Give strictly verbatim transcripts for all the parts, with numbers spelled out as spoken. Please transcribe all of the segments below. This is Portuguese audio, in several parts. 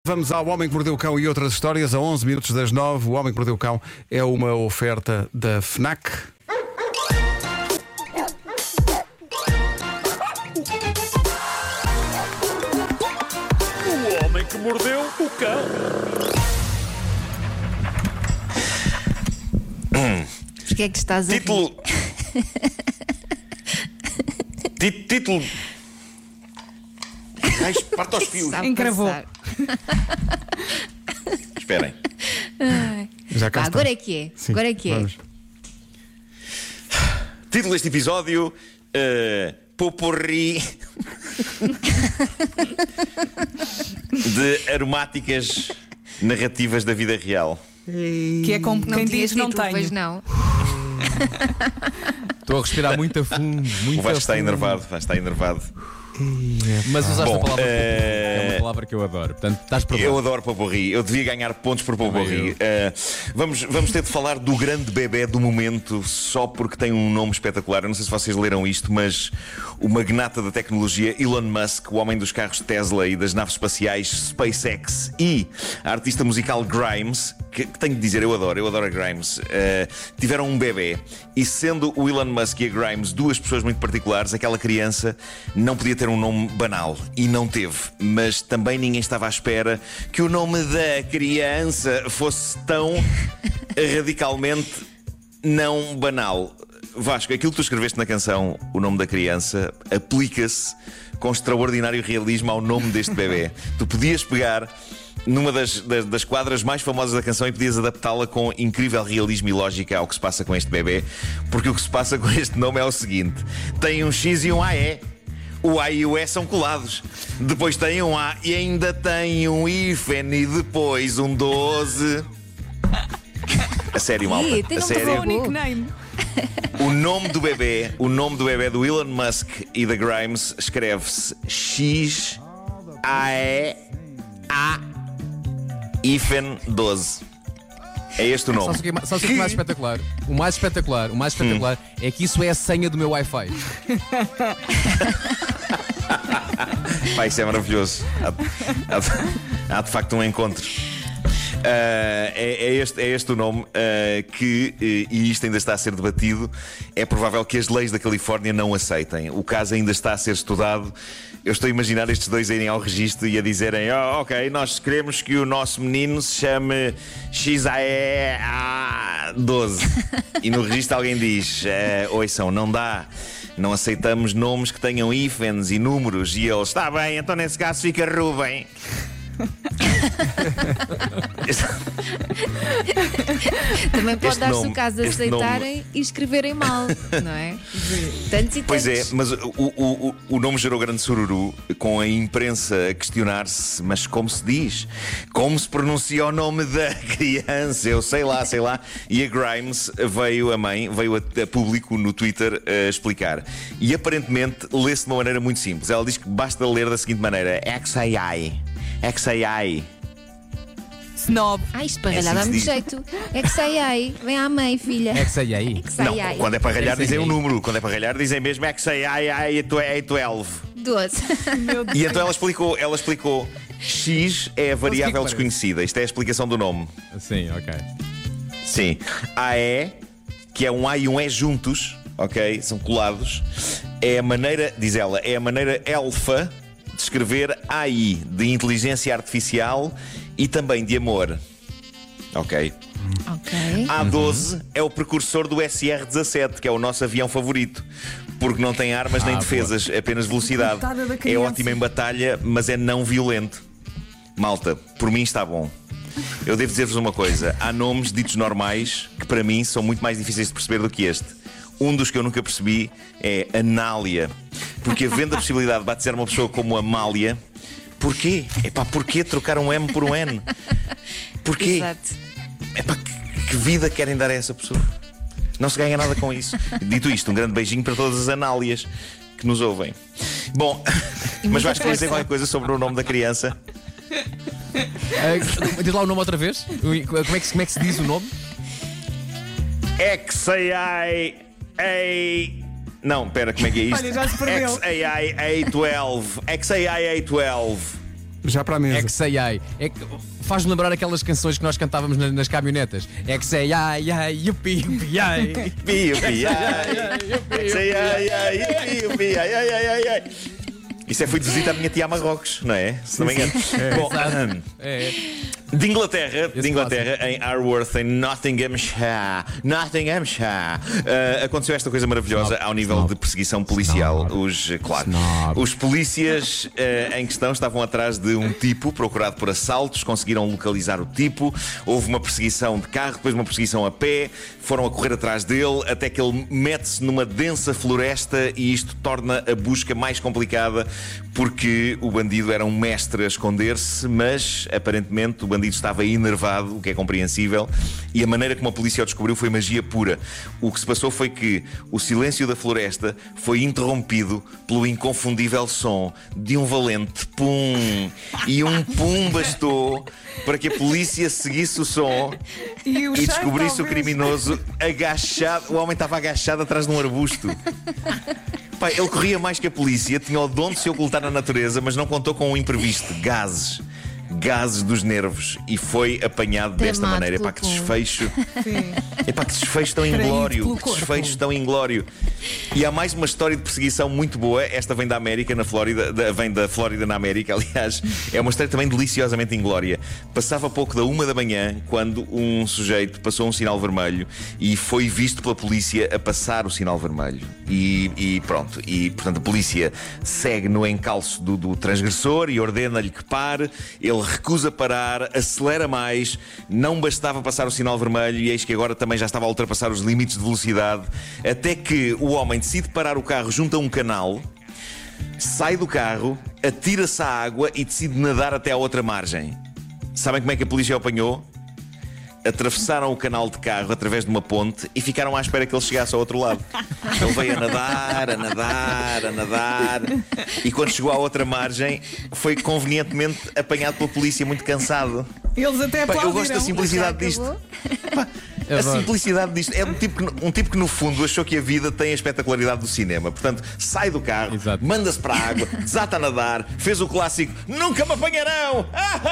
Vamos ao Homem que Mordeu o Cão e outras histórias. A onze minutos das nove. O Homem que Mordeu o Cão é uma oferta da FNAC. O Homem que Mordeu o Cão. Porquê é que estás a Título. Ti- Título. Ai, parta aos fios. Sabe Encravou. passar. Esperem. Já cá Pá, está. agora é que é. Sim, Agora é que é. vamos. Título deste episódio: uh, Poporri de aromáticas narrativas da vida real. Que é como Não quem tinhas diz não título, tenho. pois não. Estou a respirar muito a fundo, muito O Vasco a está fundo. enervado, Vasco está enervado. Mas usaste Bom, a palavra eh, é uma palavra que eu adoro. Portanto, estás Eu perdoado. adoro Poporri, eu devia ganhar pontos por Poporri. eu. Uh, vamos, vamos ter de falar do grande bebé do momento, só porque tem um nome espetacular. Eu não sei se vocês leram isto, mas o magnata da tecnologia Elon Musk, o homem dos carros Tesla e das naves espaciais SpaceX, e a artista musical Grimes, que, que tenho de dizer, eu adoro, eu adoro a Grimes, uh, tiveram um bebé. E sendo o Elon Musk e a Grimes duas pessoas muito particulares, aquela criança não podia ter um nome banal, e não teve. Mas também ninguém estava à espera que o nome da criança fosse tão radicalmente não banal. Vasco, aquilo que tu escreveste na canção, o nome da criança, aplica-se com extraordinário realismo ao nome deste bebê. Tu podias pegar numa das, das, das quadras mais famosas da canção e podias adaptá-la com incrível realismo e lógica ao que se passa com este bebê, porque o que se passa com este nome é o seguinte: tem um X e um A E. O A e o E são colados. Depois tem um A e ainda tem um hífen e depois um doze. A sério, malta. Ih, tem A nome de sério. robô. Nickname. O nome do bebê, o nome do bebê do Elon Musk e da Grimes escreve-se X A E A hífen doze. É este o nome. Sabes o que é, sabes o que é mais espetacular? O mais espetacular, o mais espetacular é que isso é a senha do meu Wi-Fi. Pá, isso é maravilhoso. Há, há, há de facto um encontro. Uh, é, é, este, é este o nome uh, que, uh, e isto ainda está a ser debatido. É provável que as leis da Califórnia não aceitem. O caso ainda está a ser estudado. Eu estou a imaginar estes dois a irem ao registro e a dizerem: oh, ok, nós queremos que o nosso menino se chame X A E A doze. E no registro alguém diz: uh, ouçam, não dá. Não aceitamos nomes que tenham hífens e números. E eles: está bem, então nesse caso fica Rubem. Também pode Este dar-se nome- o caso de este aceitarem nome- e escreverem mal, não é? Tantos e Pois é, tantos. mas o, o, o, o nome gerou grande sururu, com a imprensa a questionar-se: mas como se diz? Como se pronuncia o nome da criança? Eu sei lá, sei lá. E a Grimes veio, a mãe, veio a, a público no Twitter a explicar. E aparentemente lê-se de uma maneira muito simples. Ela diz que basta ler da seguinte maneira: X A I. X A I. Snob. Ai, esparralhada É assim dá-me que se jeito. É que sai aí. Vem à mãe, filha. É que sei aí. É que sai Não, aí. quando é para ralhar X A I. dizem um número. Quando é para ralhar dizem mesmo X A I A doze. Doze. E então ela explicou, ela explicou: X é a variável parece? desconhecida. Isto é a explicação do nome. Sim, ok. Sim. A E, que é um A e um E juntos, ok? São colados. É a maneira, diz ela, é a maneira alfa de escrever A I, de inteligência artificial e também de amor. Ok. Ok. A doze é o precursor do S R dezassete, que é o nosso avião favorito, porque não tem armas nem Ah, defesas, apenas velocidade. Coitada da É criança. ótimo em batalha, mas é não violento. Malta, por mim está bom. Eu devo dizer-vos uma coisa: há nomes ditos normais que para mim são muito mais difíceis de perceber do que este. Um dos que eu nunca percebi é Anália, porque havendo a possibilidade de batizar uma pessoa como Amália, porquê? Epá, porquê trocar um M por um N? Porquê? Exato. Epá, que, que vida querem dar a essa pessoa? Não se ganha nada com isso. Dito isto, um grande beijinho para todas as Análias que nos ouvem. Bom, mas vais querer dizer qualquer coisa sobre o nome da criança? Ah, diz lá o nome outra vez. Como é que, se- como é que se diz o nome? X A I A. Não, pera, como é que é isto? Olha, já se perdeu. X A I A doze. X A I A doze. Já para a mesa. É que sei ai. É que faz-me lembrar aquelas canções que nós cantávamos na- nas caminhonetas. É que sei ai, ai, yupi, yupi, ai. Pi, pi, ai. Sei, ai, ai, pi, pi, ai, ai, ai, ai, ai. Isso é fui de visita à minha tia a Marrocos, não é? Se não me engano. Bom, ahem. É. de Inglaterra, de Esse Inglaterra, em Arworth, em Nottinghamshire, Nottinghamshire, uh, aconteceu esta coisa maravilhosa Snob. ao nível Snob. de perseguição policial. Snob. Os, claro, Snob. os polícias uh, em questão estavam atrás de um tipo procurado por assaltos, conseguiram localizar o tipo, houve uma perseguição de carro, depois uma perseguição a pé, foram a correr atrás dele, até que ele mete-se numa densa floresta e isto torna a busca mais complicada, porque o bandido era um mestre a esconder-se, mas aparentemente o bandido estava enervado, o que é compreensível, e a maneira como a polícia o descobriu foi magia pura. O que se passou foi que o silêncio da floresta foi interrompido pelo inconfundível som de um valente pum. E um pum bastou para que a polícia seguisse o som E, o e cheiro, descobrisse o talvez. criminoso agachado. O homem estava agachado atrás de um arbusto. Pai, ele corria mais que a polícia, tinha o dom de se ocultar na natureza, mas não contou com um imprevisto: gases. Gases dos nervos. E foi apanhado desta Tramado maneira. Epá, pelo que pum. desfecho. Sim. Epá, que desfecho tão Traído inglório. pelo Que corpo. desfecho tão inglório. E há mais uma história de perseguição muito boa. Esta vem da América, na Flórida. Da, vem da Flórida, na América, aliás. É uma história também deliciosamente inglória. Passava pouco da uma da manhã quando um sujeito passou um sinal vermelho e foi visto pela polícia a passar o sinal vermelho. E, e pronto. E, portanto, a polícia segue no encalço do, do transgressor e ordena-lhe que pare. Ele recusa parar, acelera mais. Não bastava passar o sinal vermelho e eis que agora também já estava a ultrapassar os limites de velocidade, até que o homem decide parar o carro junto a um canal, sai do carro, atira-se à água e decide nadar até à outra margem. Sabem como é que a polícia o apanhou? Atravessaram o canal de carro através de uma ponte e ficaram à espera que ele chegasse ao outro lado. Ele veio a nadar, a nadar, a nadar, e quando chegou à outra margem foi convenientemente apanhado pela polícia, muito cansado. Eles até Pá, eu aplaudiram. gosto da simplicidade Já disto. acabou? É A verdade. simplicidade disto é um tipo, que, um tipo que no fundo achou que a vida tem a espetacularidade do cinema. Portanto, sai do carro, Exato. manda-se para a água, desata a nadar, fez o clássico "nunca me apanharão".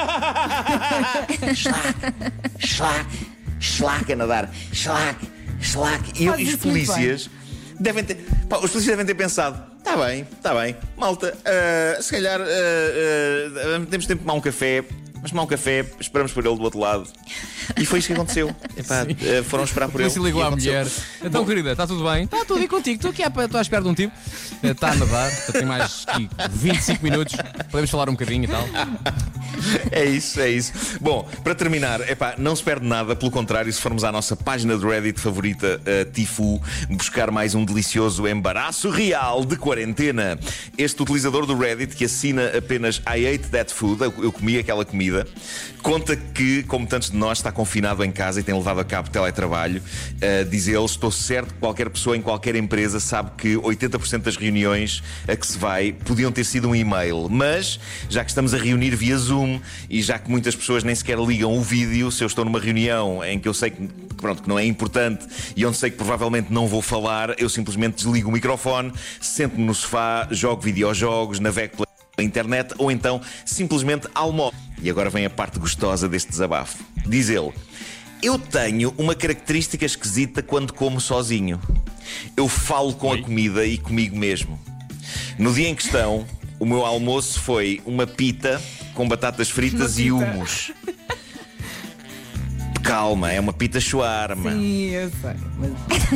Schlac, schlac, schlac a nadar, schlac, schlac. E, Faz e os isso muito polícias devem ter, pá, os polícias devem ter pensado: está bem, está bem, malta, ah, se calhar ah, ah, temos tempo de tomar um café. Mas tomar um café, esperamos por ele do outro lado. E foi isso que aconteceu. Epá, eh, foram esperar por Por ele. isso ligou E à aconteceu. mulher. Então, querida, está tudo bem? Está tudo e contigo. Estou aqui à, estou à espera de um tipo. Eh, Está a nadar. Tem mais aqui vinte e cinco minutos. Podemos falar um bocadinho e tal. É isso, é isso. Bom, para terminar, epá, não se perde nada. Pelo contrário, se formos à nossa página de Reddit favorita, uh, Tifu, buscar mais um delicioso embaraço real de quarentena. Este utilizador do Reddit, que assina apenas I ate that food, eu, eu comi aquela comida, conta que, como tantos de nós, está confinado em casa e tem levado a cabo teletrabalho. Uh, diz ele: estou certo que qualquer pessoa em qualquer empresa sabe que oitenta por cento das reuniões a que se vai podiam ter sido um e-mail. Mas, já que estamos a reunir via Zoom e já que muitas pessoas nem sequer ligam o vídeo, se eu estou numa reunião em que eu sei que, pronto, que não é importante e onde sei que provavelmente não vou falar, eu simplesmente desligo o microfone, sento-me no sofá, jogo videojogos, navego pela internet ou então simplesmente almoço. E agora vem a parte gostosa deste desabafo. Diz ele: eu tenho uma característica esquisita quando como sozinho. Eu falo com a comida e comigo mesmo. No dia em questão, o meu almoço foi uma pita com batatas fritas Uma e pita. hummus. Calma, é uma pita shawarma. Sim, eu sei. Mas...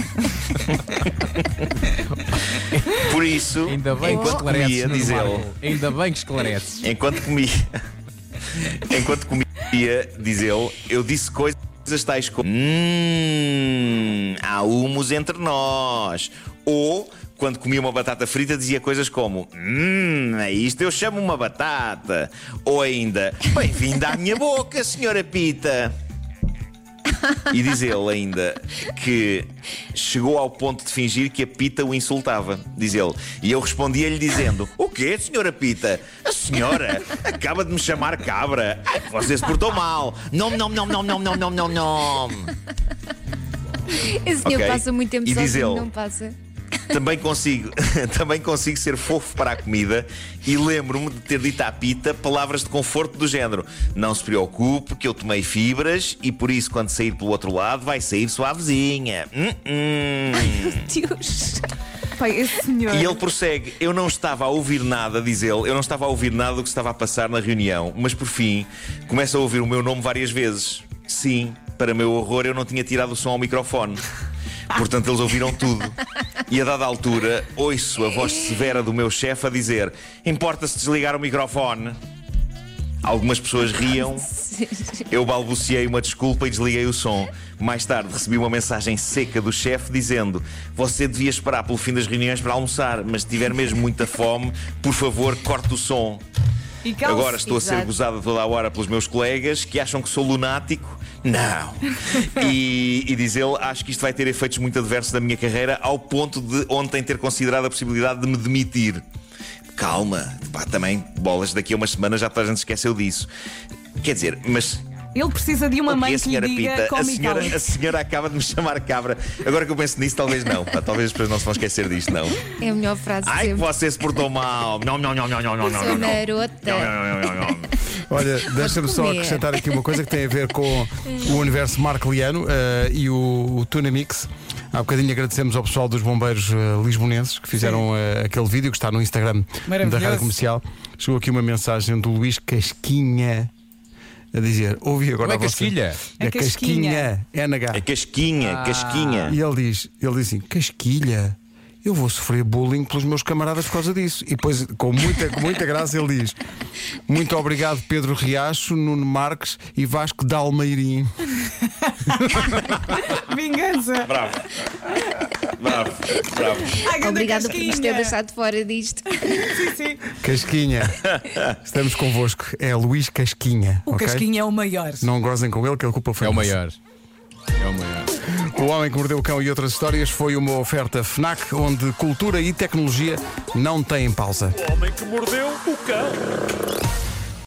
Por isso, Ainda bem que enquanto esclareces, comia, Nuno diz Marco. ele, Ainda bem que esclareces. enquanto comia, enquanto comia, diz ele, eu disse coisas tais como: hum, há humos entre nós. Ou, quando comia uma batata frita, dizia coisas como: hum, a isto eu chamo uma batata. Ou ainda: bem-vinda à minha boca, senhora Pita. E diz ele ainda que chegou ao ponto de fingir que a Pita o insultava. Diz ele: e eu respondia-lhe dizendo: o quê, senhora Pita? A senhora acaba de me chamar cabra. Ai, você se portou mal. Não, não, não, não, não, não, não, não, não. Esse senhor Ok. passa muito tempo E diz sozinho, ele: não passa? Também consigo, também consigo ser fofo para a comida e lembro-me de ter dito à Pita palavras de conforto do género: não se preocupe que eu tomei fibras e por isso quando sair pelo outro lado vai sair suavezinha. Hum, hum. Deus. Pai, esse senhor. E ele prossegue: eu não estava a ouvir nada, diz ele, eu não estava a ouvir nada do que estava a passar na reunião, mas por fim começo a ouvir o meu nome várias vezes. Sim, para meu horror eu não tinha tirado o som ao microfone. Portanto, eles ouviram tudo. E a dada altura, ouço a voz severa do meu chefe a dizer: importa-se desligar o microfone? Algumas pessoas riam. Eu balbuciei uma desculpa e desliguei o som. Mais tarde recebi uma mensagem seca do chefe dizendo: você devia esperar pelo fim das reuniões para almoçar, mas se tiver mesmo muita fome, por favor, corte o som. E calce. Agora estou a ser Exato. gozada toda a hora pelos meus colegas que acham que sou lunático. Não. E, e diz ele: acho que isto vai ter efeitos muito adversos na minha carreira, ao ponto de ontem ter considerado a possibilidade de me demitir. Calma, pá, também, bolas, daqui a umas semanas já toda a gente se esqueceu disso. Quer dizer, mas Ele precisa de uma o que mãe a que lhe senhora diga Pita, a come e senhora, cala. a senhora acaba de me chamar cabra. Agora que eu penso nisso, talvez não. Pá, talvez as pessoas não se vão esquecer disto, não. É a melhor frase Ai, que sempre. você se portou mal. Não, não, não, não, não, não, Eu não, sou não, não. garota. Não, não, não, não, não. Olha, deixa-me só comer. acrescentar aqui uma coisa que tem a ver com o universo marcliano eh, e o, o Tuna Mix. Há bocadinho agradecemos ao pessoal dos bombeiros eh, lisbonenses que fizeram eh, aquele vídeo que está no Instagram da Maravilhoso. Rádio Comercial. Chegou aqui uma mensagem do Luís Casquinha a dizer: ouvi agora Não é você. Casquilha? É É Casquinha, Casquinha. N H. É casquinha, casquinha. E ele diz, ele diz assim: Casquilha, eu vou sofrer bullying pelos meus camaradas por causa disso. E depois, com muita, com muita graça, ele diz: muito obrigado, Pedro Riacho, Nuno Marques e Vasco de Almeirim. Vingança. Bravo. Bravo, bravo. Ai, ganda Obrigada por nos ter casquinha. deixado fora disto. Sim, sim. Casquinha, estamos convosco. É Luís Casquinha. O ok? Casquinha é o maior. Não gozem com ele, que a culpa foi É o nossa. maior. É o maior. O Homem que Mordeu o Cão e outras histórias foi uma oferta FNAC, onde cultura e tecnologia não têm pausa. O homem que mordeu o cão.